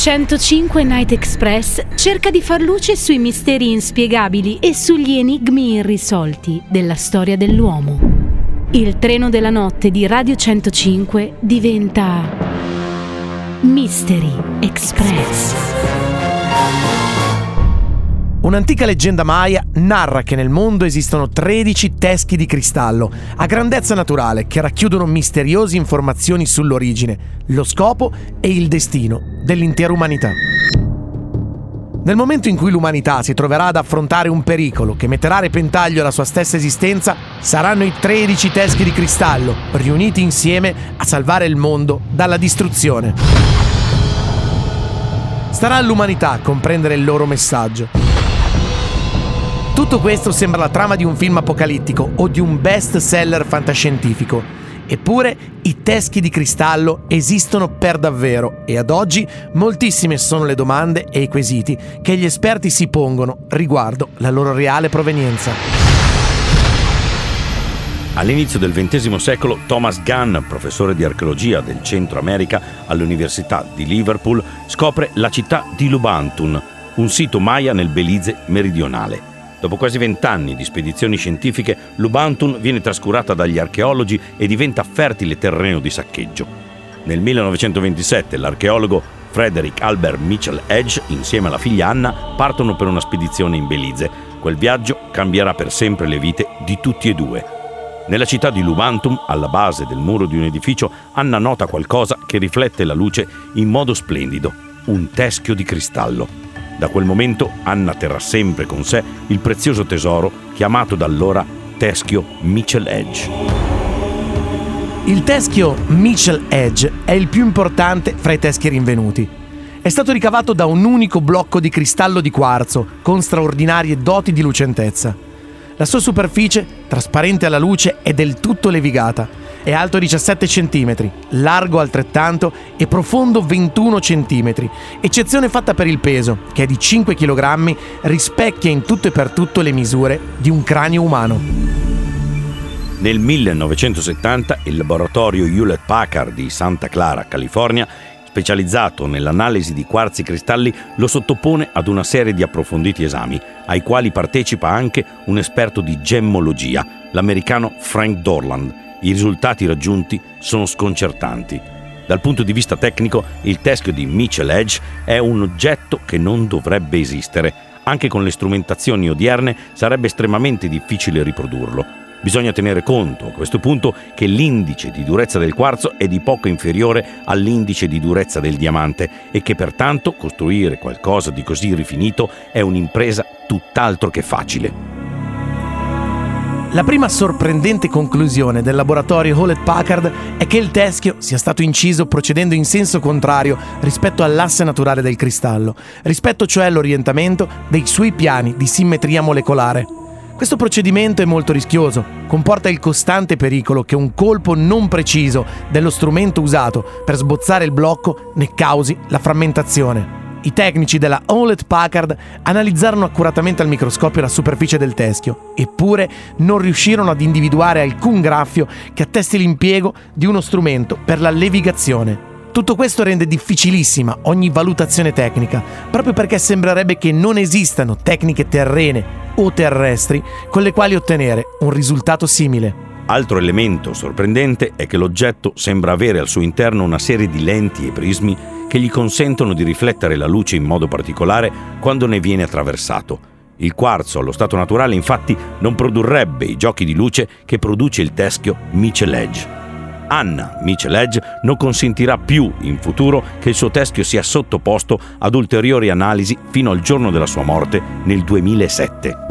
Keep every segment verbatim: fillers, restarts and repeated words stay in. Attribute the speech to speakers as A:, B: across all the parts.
A: centocinque Night Express cerca di far luce sui misteri inspiegabili e sugli enigmi irrisolti della storia dell'uomo. Il treno della notte di Radio centocinque diventa Mystery Express.
B: Un'antica leggenda maya narra che nel mondo esistono tredici teschi di cristallo a grandezza naturale che racchiudono misteriose informazioni sull'origine, lo scopo e il destino dell'intera umanità. Nel momento in cui l'umanità si troverà ad affrontare un pericolo che metterà a repentaglio la sua stessa esistenza, saranno i tredici teschi di cristallo riuniti insieme a salvare il mondo dalla distruzione. Starà all'umanità comprendere il loro messaggio. Tutto questo sembra la trama di un film apocalittico o di un best seller fantascientifico. Eppure i teschi di cristallo esistono per davvero e ad oggi moltissime sono le domande e i quesiti che gli esperti si pongono riguardo la loro reale provenienza.
C: All'inizio del ventesimo secolo, Thomas Gunn, professore di archeologia del Centro America all'Università di Liverpool, scopre la città di Lubantun, un sito maya nel Belize meridionale. Dopo quasi vent'anni di spedizioni scientifiche, Lubantun viene trascurata dagli archeologi e diventa fertile terreno di saccheggio. Nel millenovecentoventisette l'archeologo Frederick Albert Mitchell Edge, insieme alla figlia Anna, partono per una spedizione in Belize. Quel viaggio cambierà per sempre le vite di tutti e due. Nella città di Lubantun, alla base del muro di un edificio, Anna nota qualcosa che riflette la luce in modo splendido: un teschio di cristallo. Da quel momento Anna terrà sempre con sé il prezioso tesoro chiamato da allora teschio Mitchell Edge.
B: Il teschio Mitchell Edge è il più importante fra i teschi rinvenuti. È stato ricavato da un unico blocco di cristallo di quarzo con straordinarie doti di lucentezza. La sua superficie, trasparente alla luce, è del tutto levigata. È alto diciassette centimetri, largo altrettanto e profondo ventuno centimetri. Eccezione fatta per il peso, che è di cinque chilogrammi, rispecchia in tutto e per tutto le misure di un cranio umano.
C: Nel millenovecentosettanta il laboratorio Hewlett Packard di Santa Clara, California, specializzato nell'analisi di quarzi cristalli, lo sottopone ad una serie di approfonditi esami, ai quali partecipa anche un esperto di gemmologia, l'americano Frank Dorland. I risultati raggiunti sono sconcertanti. Dal punto di vista tecnico, il teschio di Mitchell Edge è un oggetto che non dovrebbe esistere. Anche con le strumentazioni odierne sarebbe estremamente difficile riprodurlo. Bisogna tenere conto, a questo punto, che l'indice di durezza del quarzo è di poco inferiore all'indice di durezza del diamante e che pertanto costruire qualcosa di così rifinito è un'impresa tutt'altro che facile.
B: La prima sorprendente conclusione del laboratorio Hewlett Packard è che il teschio sia stato inciso procedendo in senso contrario rispetto all'asse naturale del cristallo, rispetto cioè all'orientamento dei suoi piani di simmetria molecolare. Questo procedimento è molto rischioso, comporta il costante pericolo che un colpo non preciso dello strumento usato per sbozzare il blocco ne causi la frammentazione. I tecnici della Hewlett Packard analizzarono accuratamente al microscopio la superficie del teschio, eppure non riuscirono ad individuare alcun graffio che attesti l'impiego di uno strumento per la levigazione. Tutto questo rende difficilissima ogni valutazione tecnica, proprio perché sembrerebbe che non esistano tecniche terrene o terrestri con le quali ottenere un risultato simile.
C: Altro elemento sorprendente è che l'oggetto sembra avere al suo interno una serie di lenti e prismi che gli consentono di riflettere la luce in modo particolare quando ne viene attraversato. Il quarzo allo stato naturale infatti non produrrebbe i giochi di luce che produce il teschio Mitchell Edge. Anna Mitchell Edge non consentirà più in futuro che il suo teschio sia sottoposto ad ulteriori analisi fino al giorno della sua morte nel duemilasette.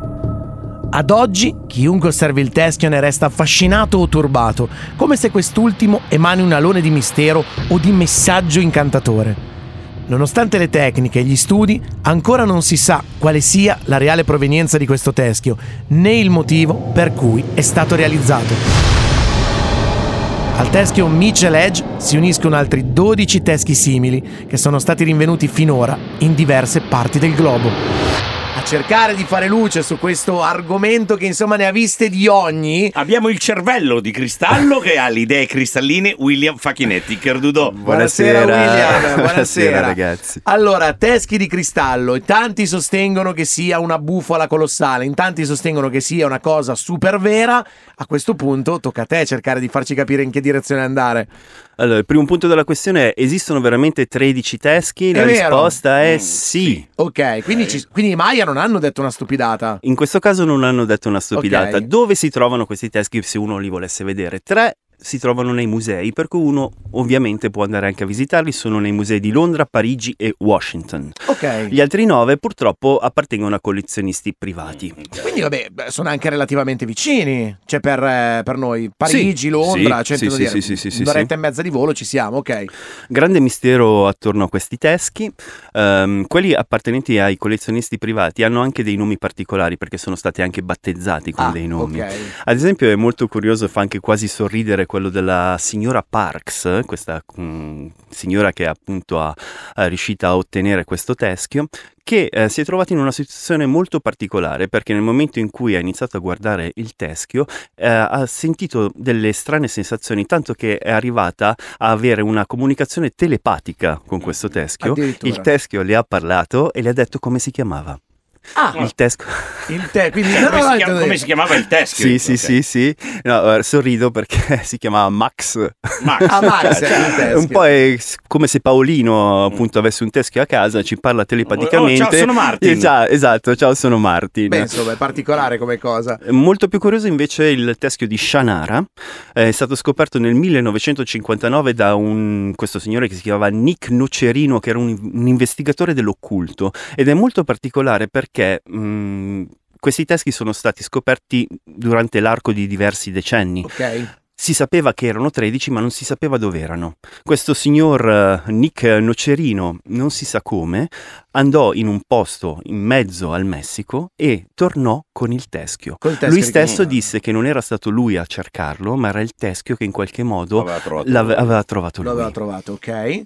B: Ad oggi, chiunque osservi il teschio ne resta affascinato o turbato, come se quest'ultimo emani un alone di mistero o di messaggio incantatore. Nonostante le tecniche e gli studi, ancora non si sa quale sia la reale provenienza di questo teschio, né il motivo per cui è stato realizzato. Al teschio Mitchell Edge si uniscono altri dodici teschi simili che sono stati rinvenuti finora in diverse parti del globo. A cercare di fare luce su questo argomento che insomma ne ha viste di ogni.
C: Abbiamo il cervello di cristallo che ha le idee cristalline, William Facchinetti. Kerdudo.
B: Buonasera, buonasera William, buonasera.
D: Buonasera ragazzi.
B: Allora, teschi di cristallo, in tanti sostengono che sia una bufala colossale, in tanti sostengono che sia una cosa super vera. A questo punto tocca a te cercare di farci capire in che direzione andare.
D: Allora, il primo punto della questione è: esistono veramente tredici teschi? La
B: È vero?
D: risposta è
C: Mm,
D: sì.
C: sì.
B: Ok, quindi, ci, quindi i Maya non hanno detto una stupidata.
D: In questo caso non hanno detto una stupidata.
B: Ok.
D: Dove si trovano questi teschi se uno li volesse vedere? Tre si trovano nei musei, per cui uno ovviamente può andare anche a visitarli. Sono nei musei di Londra, Parigi e Washington.
B: Ok.
D: Gli altri nove purtroppo appartengono a collezionisti privati.
B: Quindi vabbè, beh, sono anche relativamente vicini, cioè per, eh, per noi Parigi,
D: Sì,
B: Londra,
D: sì,
B: cioè,
D: sì,
B: intendo
D: sì,
B: dire,
D: sì, sì, sì, sì,
B: un'oretta
D: sì.
B: e mezza di volo ci siamo, ok.
D: Grande mistero attorno a questi teschi. Ehm, quelli appartenenti ai collezionisti privati hanno anche dei nomi particolari, perché sono stati anche battezzati con
B: Ah,
D: dei nomi.
B: ok.
D: Ad esempio è molto curioso e fa anche quasi sorridere quello della signora Parks, questa mm, signora che appunto ha, è riuscita a ottenere questo teschio, che eh, si è trovata in una situazione molto particolare, perché nel momento in cui ha iniziato a guardare il teschio eh, ha sentito delle strane sensazioni, tanto che è arrivata a avere una comunicazione telepatica con questo teschio.
B: Addirittura.
D: Il teschio le ha parlato e le ha detto come si chiamava.
B: Ah,
D: Il teschio.
B: il te, quindi
C: Cioè,
B: no,
C: come,
B: no,
C: si
B: no,
C: chiama,
B: intendo
C: come
B: dire-
C: si chiamava il teschio?
D: Sì, sì,
C: Ok.
D: sì, sì. No, eh, sorrido perché si chiamava Max.
C: Max.
B: Ah, Max,
C: Cioè,
B: il teschio.
D: Un po' è s- come se Paolino appunto avesse un teschio a casa, ci parla telepaticamente.
C: Oh, ciao, sono Martin.
D: Eh, già, esatto, ciao, sono Martin.
B: Beh, insomma, è particolare come cosa.
D: Molto più curioso invece il teschio di Shannara. È stato scoperto nel millenovecentocinquantanove da un, questo signore che si chiamava Nick Nocerino, che era un, un investigatore dell'occulto, ed è molto particolare perché mh, questi teschi sono stati scoperti durante l'arco di diversi decenni.
B: Ok.
D: Si sapeva che erano tredici, ma non si sapeva dove erano. Questo signor eh, Nick Nocerino, non si sa come, andò in un posto in mezzo al Messico e tornò con il teschio.
B: Col teschio
D: Lui
B: di
D: stesso
B: Cristallo.
D: disse che non era stato lui a cercarlo, ma era il teschio che in qualche modo
C: Aveva trovato
D: l'ave-
C: lui.
D: aveva trovato
B: Lo
D: lui.
B: aveva trovato, ok.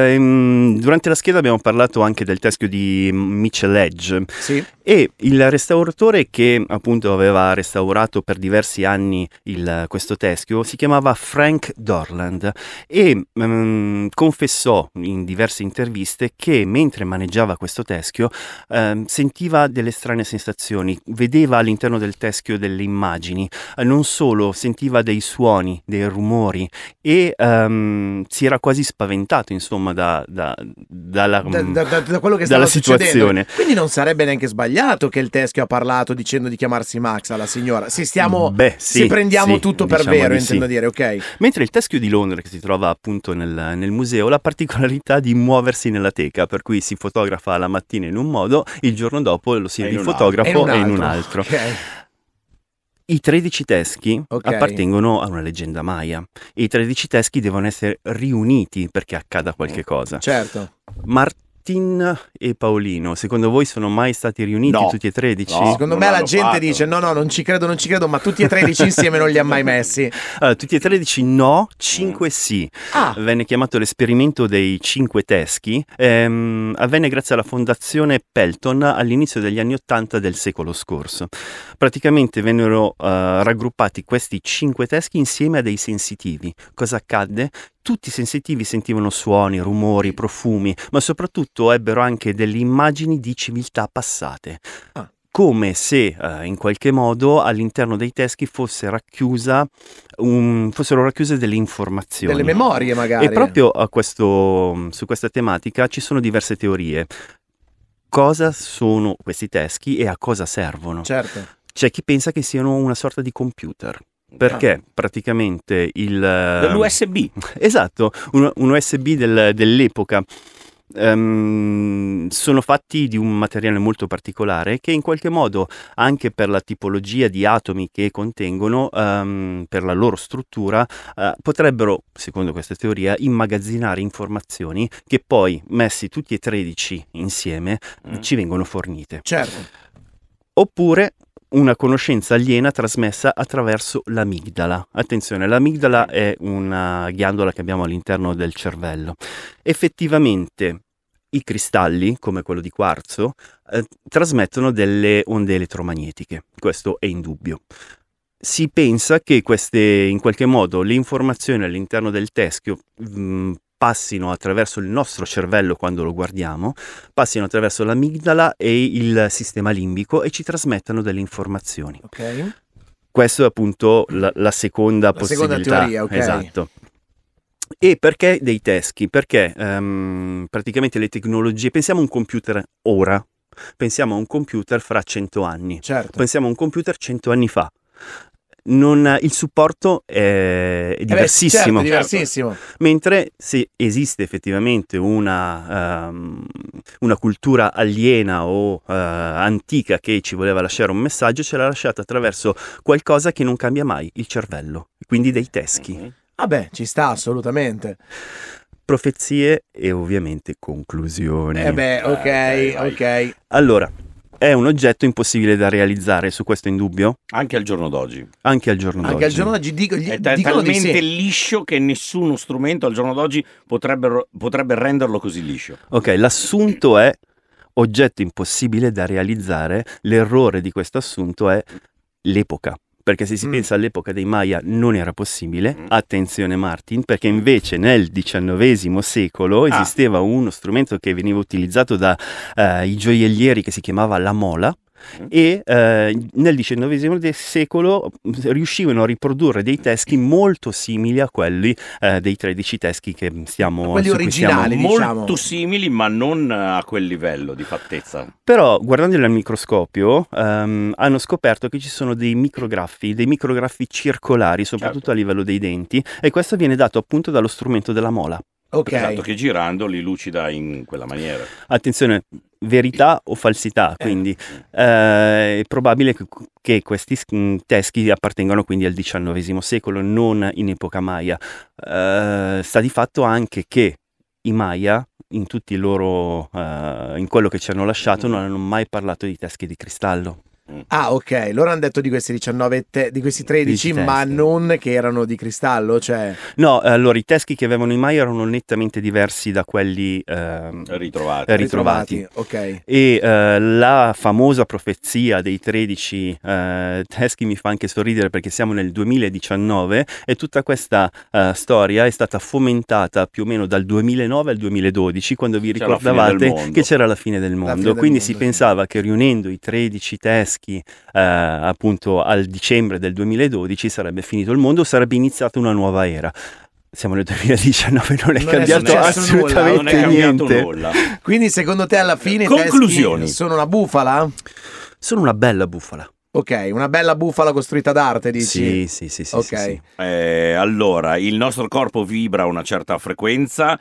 D: Ehm, durante la scheda abbiamo parlato anche del teschio di Mitchell Edge.
B: Sì.
D: E il restauratore che appunto aveva restaurato per diversi anni il- questo teschio si chiamava Frank Dorland e ehm, confessò in diverse interviste che mentre maneggiava questo teschio ehm, sentiva delle strane sensazioni, vedeva all'interno del teschio delle immagini, eh, non solo, sentiva dei suoni, dei rumori e ehm, si era quasi spaventato insomma da, da- dalla,
B: Da, da- da- da quello che stava
D: dalla
B: succedendo.
D: situazione.
B: Quindi non sarebbe neanche sbagliato che il teschio ha parlato dicendo di chiamarsi Max alla signora. Se stiamo,
D: Beh, sì,
B: se prendiamo
D: sì,
B: tutto per
D: diciamo
B: vero,
D: di
B: intendo
D: sì.
B: dire, ok.
D: Mentre il teschio di Londra, che si trova appunto nel, nel museo, ha la particolarità di muoversi nella teca, per cui si fotografa la mattina in un modo, il giorno dopo lo si
C: E in un
D: rifotografo
B: E
D: e in un altro.
B: Ok.
D: I tredici teschi
B: Ok.
D: appartengono a una leggenda maya e i tredici teschi devono essere riuniti perché accada qualche cosa.
B: Certo.
D: Martin e Paolino, secondo voi sono mai stati riuniti
C: No.
D: tutti e tredici?
C: No.
B: Secondo
C: non
B: me la
C: l'hanno
B: gente
C: fatto.
B: dice no, no, non ci credo, non ci credo, ma tutti e tredici insieme non li ha mai messi.
D: Allora, tutti e tredici no, cinque sì.
B: Ah,
D: Venne chiamato l'esperimento dei cinque teschi, ehm, avvenne grazie alla fondazione Pelton all'inizio degli anni ottanta del secolo scorso. Praticamente vennero eh, raggruppati questi cinque teschi insieme a dei sensitivi. Cosa accadde? Tutti i sensitivi sentivano suoni, rumori, profumi, ma soprattutto ebbero anche delle immagini di civiltà passate.
B: Ah.
D: Come se eh, in qualche modo all'interno dei teschi fosse racchiusa un- fossero racchiuse delle informazioni.
B: delle memorie magari.
D: E proprio a questo, su questa tematica ci sono diverse teorie. Cosa sono questi teschi e a cosa servono?
B: Certo.
D: C'è chi pensa che siano una sorta di computer. Perché praticamente il...
C: Dell'U S B.
D: Esatto, un, un U S B del- dell'epoca. Ehm, sono fatti di un materiale molto particolare che in qualche modo, anche per la tipologia di atomi che contengono, ehm, per la loro struttura, eh, potrebbero, secondo questa teoria, immagazzinare informazioni che poi, messi tutti e tredici insieme,
C: Mm.
D: ci vengono fornite.
B: Certo.
D: Oppure una conoscenza aliena trasmessa attraverso l'amigdala. Attenzione, l'amigdala è una ghiandola che abbiamo all'interno del cervello. Effettivamente i cristalli, come quello di quarzo, eh, trasmettono delle onde elettromagnetiche, questo è indubbio. Si pensa che queste, in qualche modo, le informazioni all'interno del teschio mh, passino attraverso il nostro cervello quando lo guardiamo, passino attraverso l'amigdala e il sistema limbico e ci trasmettano delle informazioni.
B: Ok.
D: Questo è appunto la, la seconda
B: La
D: possibilità.
B: seconda teoria, ok.
D: Esatto. E perché dei teschi? Perché um, praticamente le tecnologie, pensiamo a un computer ora, pensiamo a un computer fra cento anni,
B: Certo.
D: pensiamo a un computer cento anni fa. Non, il supporto è, è diversissimo,
B: Eh beh, certo, diversissimo.
D: mentre se esiste effettivamente una, um, una cultura aliena o uh, antica che ci voleva lasciare un messaggio, ce l'ha lasciato attraverso qualcosa che non cambia mai, il cervello, quindi dei teschi.
B: Vabbè, ci sta assolutamente.
D: Profezie e ovviamente conclusioni.
B: Eh beh, ok,
C: Eh, ok,
B: ok.
D: Allora, è un oggetto impossibile da realizzare, su questo indubbio?
C: Anche al giorno d'oggi.
D: Anche al giorno
B: Anche
D: d'oggi.
B: al giorno d'oggi dico, gli,
C: È ta-
B: dicono di
C: talmente
B: sì.
C: liscio che nessuno strumento al giorno d'oggi potrebbe, potrebbe renderlo così liscio.
D: Ok, l'assunto è oggetto impossibile da realizzare. L'errore di questo assunto è l'epoca. Perché se si
B: Mm.
D: pensa all'epoca dei Maya non era possibile, attenzione Martin, perché invece nel diciannovesimo secolo
C: Ah.
D: esisteva uno strumento che veniva utilizzato dai gioiellieri che si chiamava la mola,
C: Mm.
D: e eh, nel diciannovesimo de- secolo riuscivano a riprodurre dei teschi molto simili a quelli eh, dei tredici teschi che stiamo
B: Quelli
D: su cui stiamo-
B: originali. diciamo.
C: Molto simili, ma non a quel livello di fattezza.
D: Però guardandoli al microscopio ehm, hanno scoperto che ci sono dei micrografi, dei micrografi circolari, soprattutto
C: Certo.
D: a livello dei denti, e questo viene dato appunto dallo strumento della mola.
B: Ok.
C: Esatto, che girando li lucida in quella maniera.
D: Attenzione, verità o falsità,
B: Eh.
D: quindi eh, è probabile che, che questi mm, teschi appartengano quindi al diciannovesimo secolo, non in epoca Maya. Eh, sta di fatto anche che i Maya, in tutti i loro, eh, in quello che ci hanno lasciato, non hanno mai parlato di teschi di cristallo.
B: Ah, ok. Loro hanno detto di questi diciannove, te- di questi tredici,
D: tredici
B: ma
D: teschi.
B: non che erano di cristallo, cioè...
D: No, allora i teschi che avevano i Maya erano nettamente diversi da quelli ehm,
C: Ritrovati.
D: eh, ritrovati.
B: Ok.
D: E eh, la famosa profezia dei tredici eh, teschi mi fa anche sorridere perché siamo nel duemiladiciannove e tutta questa eh, storia è stata fomentata più o meno dal duemilanove al duemiladodici, quando vi
C: C'era la fine del
D: ricordavate
C: mondo.
D: che c'era la fine del mondo.
B: fine del
D: Quindi
B: mondo,
D: si
B: sì.
D: pensava che riunendo i tredici teschi eh, appunto al dicembre del duemiladodici sarebbe finito il mondo, sarebbe iniziata una nuova era. Siamo nel duemiladiciannove, non è
B: Non è
D: cambiato
B: successo
D: assolutamente
C: Non è cambiato
D: niente.
C: nulla.
B: Quindi secondo te alla fine i
C: Conclusioni.
B: teschi sono una bufala?
D: Sono una bella bufala.
B: Ok, una bella bufala costruita d'arte, dici?
D: Sì, sì, sì, sì,
B: Ok.
D: sì, sì.
C: Eh, allora, il nostro corpo vibra a una certa frequenza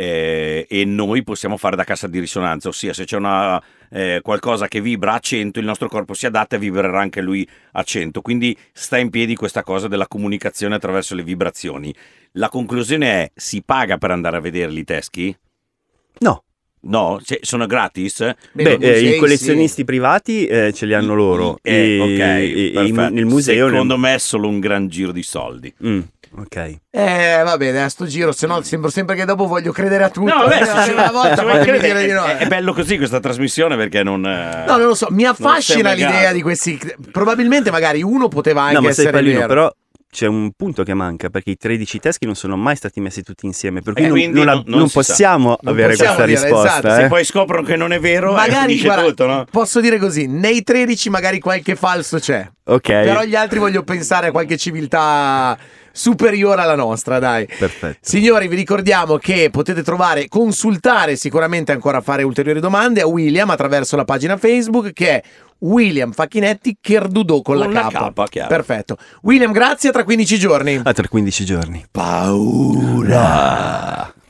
C: eh, e noi possiamo fare da cassa di risonanza, ossia se c'è una, eh, qualcosa che vibra a cento, il nostro corpo si adatta e vibrerà anche lui a cento. Quindi sta in piedi questa cosa della comunicazione attraverso le vibrazioni. La conclusione è: si paga per andare a vederli i teschi?
D: No.
C: No? Cioè, sono gratis?
D: Beh,
B: Beh,
D: eh,
B: sì,
D: i collezionisti
B: sì.
D: privati eh, ce li hanno loro.
C: Eh,
D: e,
C: ok,
D: e- e
C: perfetto.
D: il museo...
C: Secondo me è solo un gran giro di soldi.
D: Mm, ok.
B: Eh, va bene, a sto giro, se no sembro sempre che dopo voglio credere a tutto.
C: No, vabbè,
B: Eh,
C: se ci-
B: una volta
C: se vuoi
B: fatemi
C: credere,
B: dire di no.
C: è, è bello così questa trasmissione perché non... eh,
B: No, non lo so, mi affascina
C: sei
B: l'idea
C: negato.
B: di questi. Probabilmente magari uno poteva anche
D: No, ma sai
B: essere
D: Pallino,
B: vero.
D: però c'è un punto che manca, perché i tredici teschi non sono mai stati messi tutti insieme, per cui
C: Eh,
D: non,
C: quindi
D: non la-
C: non- non
D: non
C: si sa.
D: possiamo
B: Non
D: avere
B: possiamo
D: questa
B: dire,
D: risposta.
B: esatto,
C: Se
D: eh.
C: poi scoprono che non è vero, eh,
B: Magari
C: finisce
B: guarda,
C: tutto, no?
B: posso dire così, nei tredici magari qualche falso c'è.
D: Ok,
B: Però gli altri voglio pensare a qualche civiltà superiore alla nostra, dai.
D: perfetto.
B: Signori, vi ricordiamo che potete trovare, consultare, sicuramente ancora fare ulteriori domande a William attraverso la pagina Facebook che è William Facchinetti Cherdudo con,
C: Con
B: la
C: la
B: K.
C: K, chiaro.
B: Perfetto. William, grazie, a tra quindici giorni.
D: A tra quindici giorni.
B: Paura.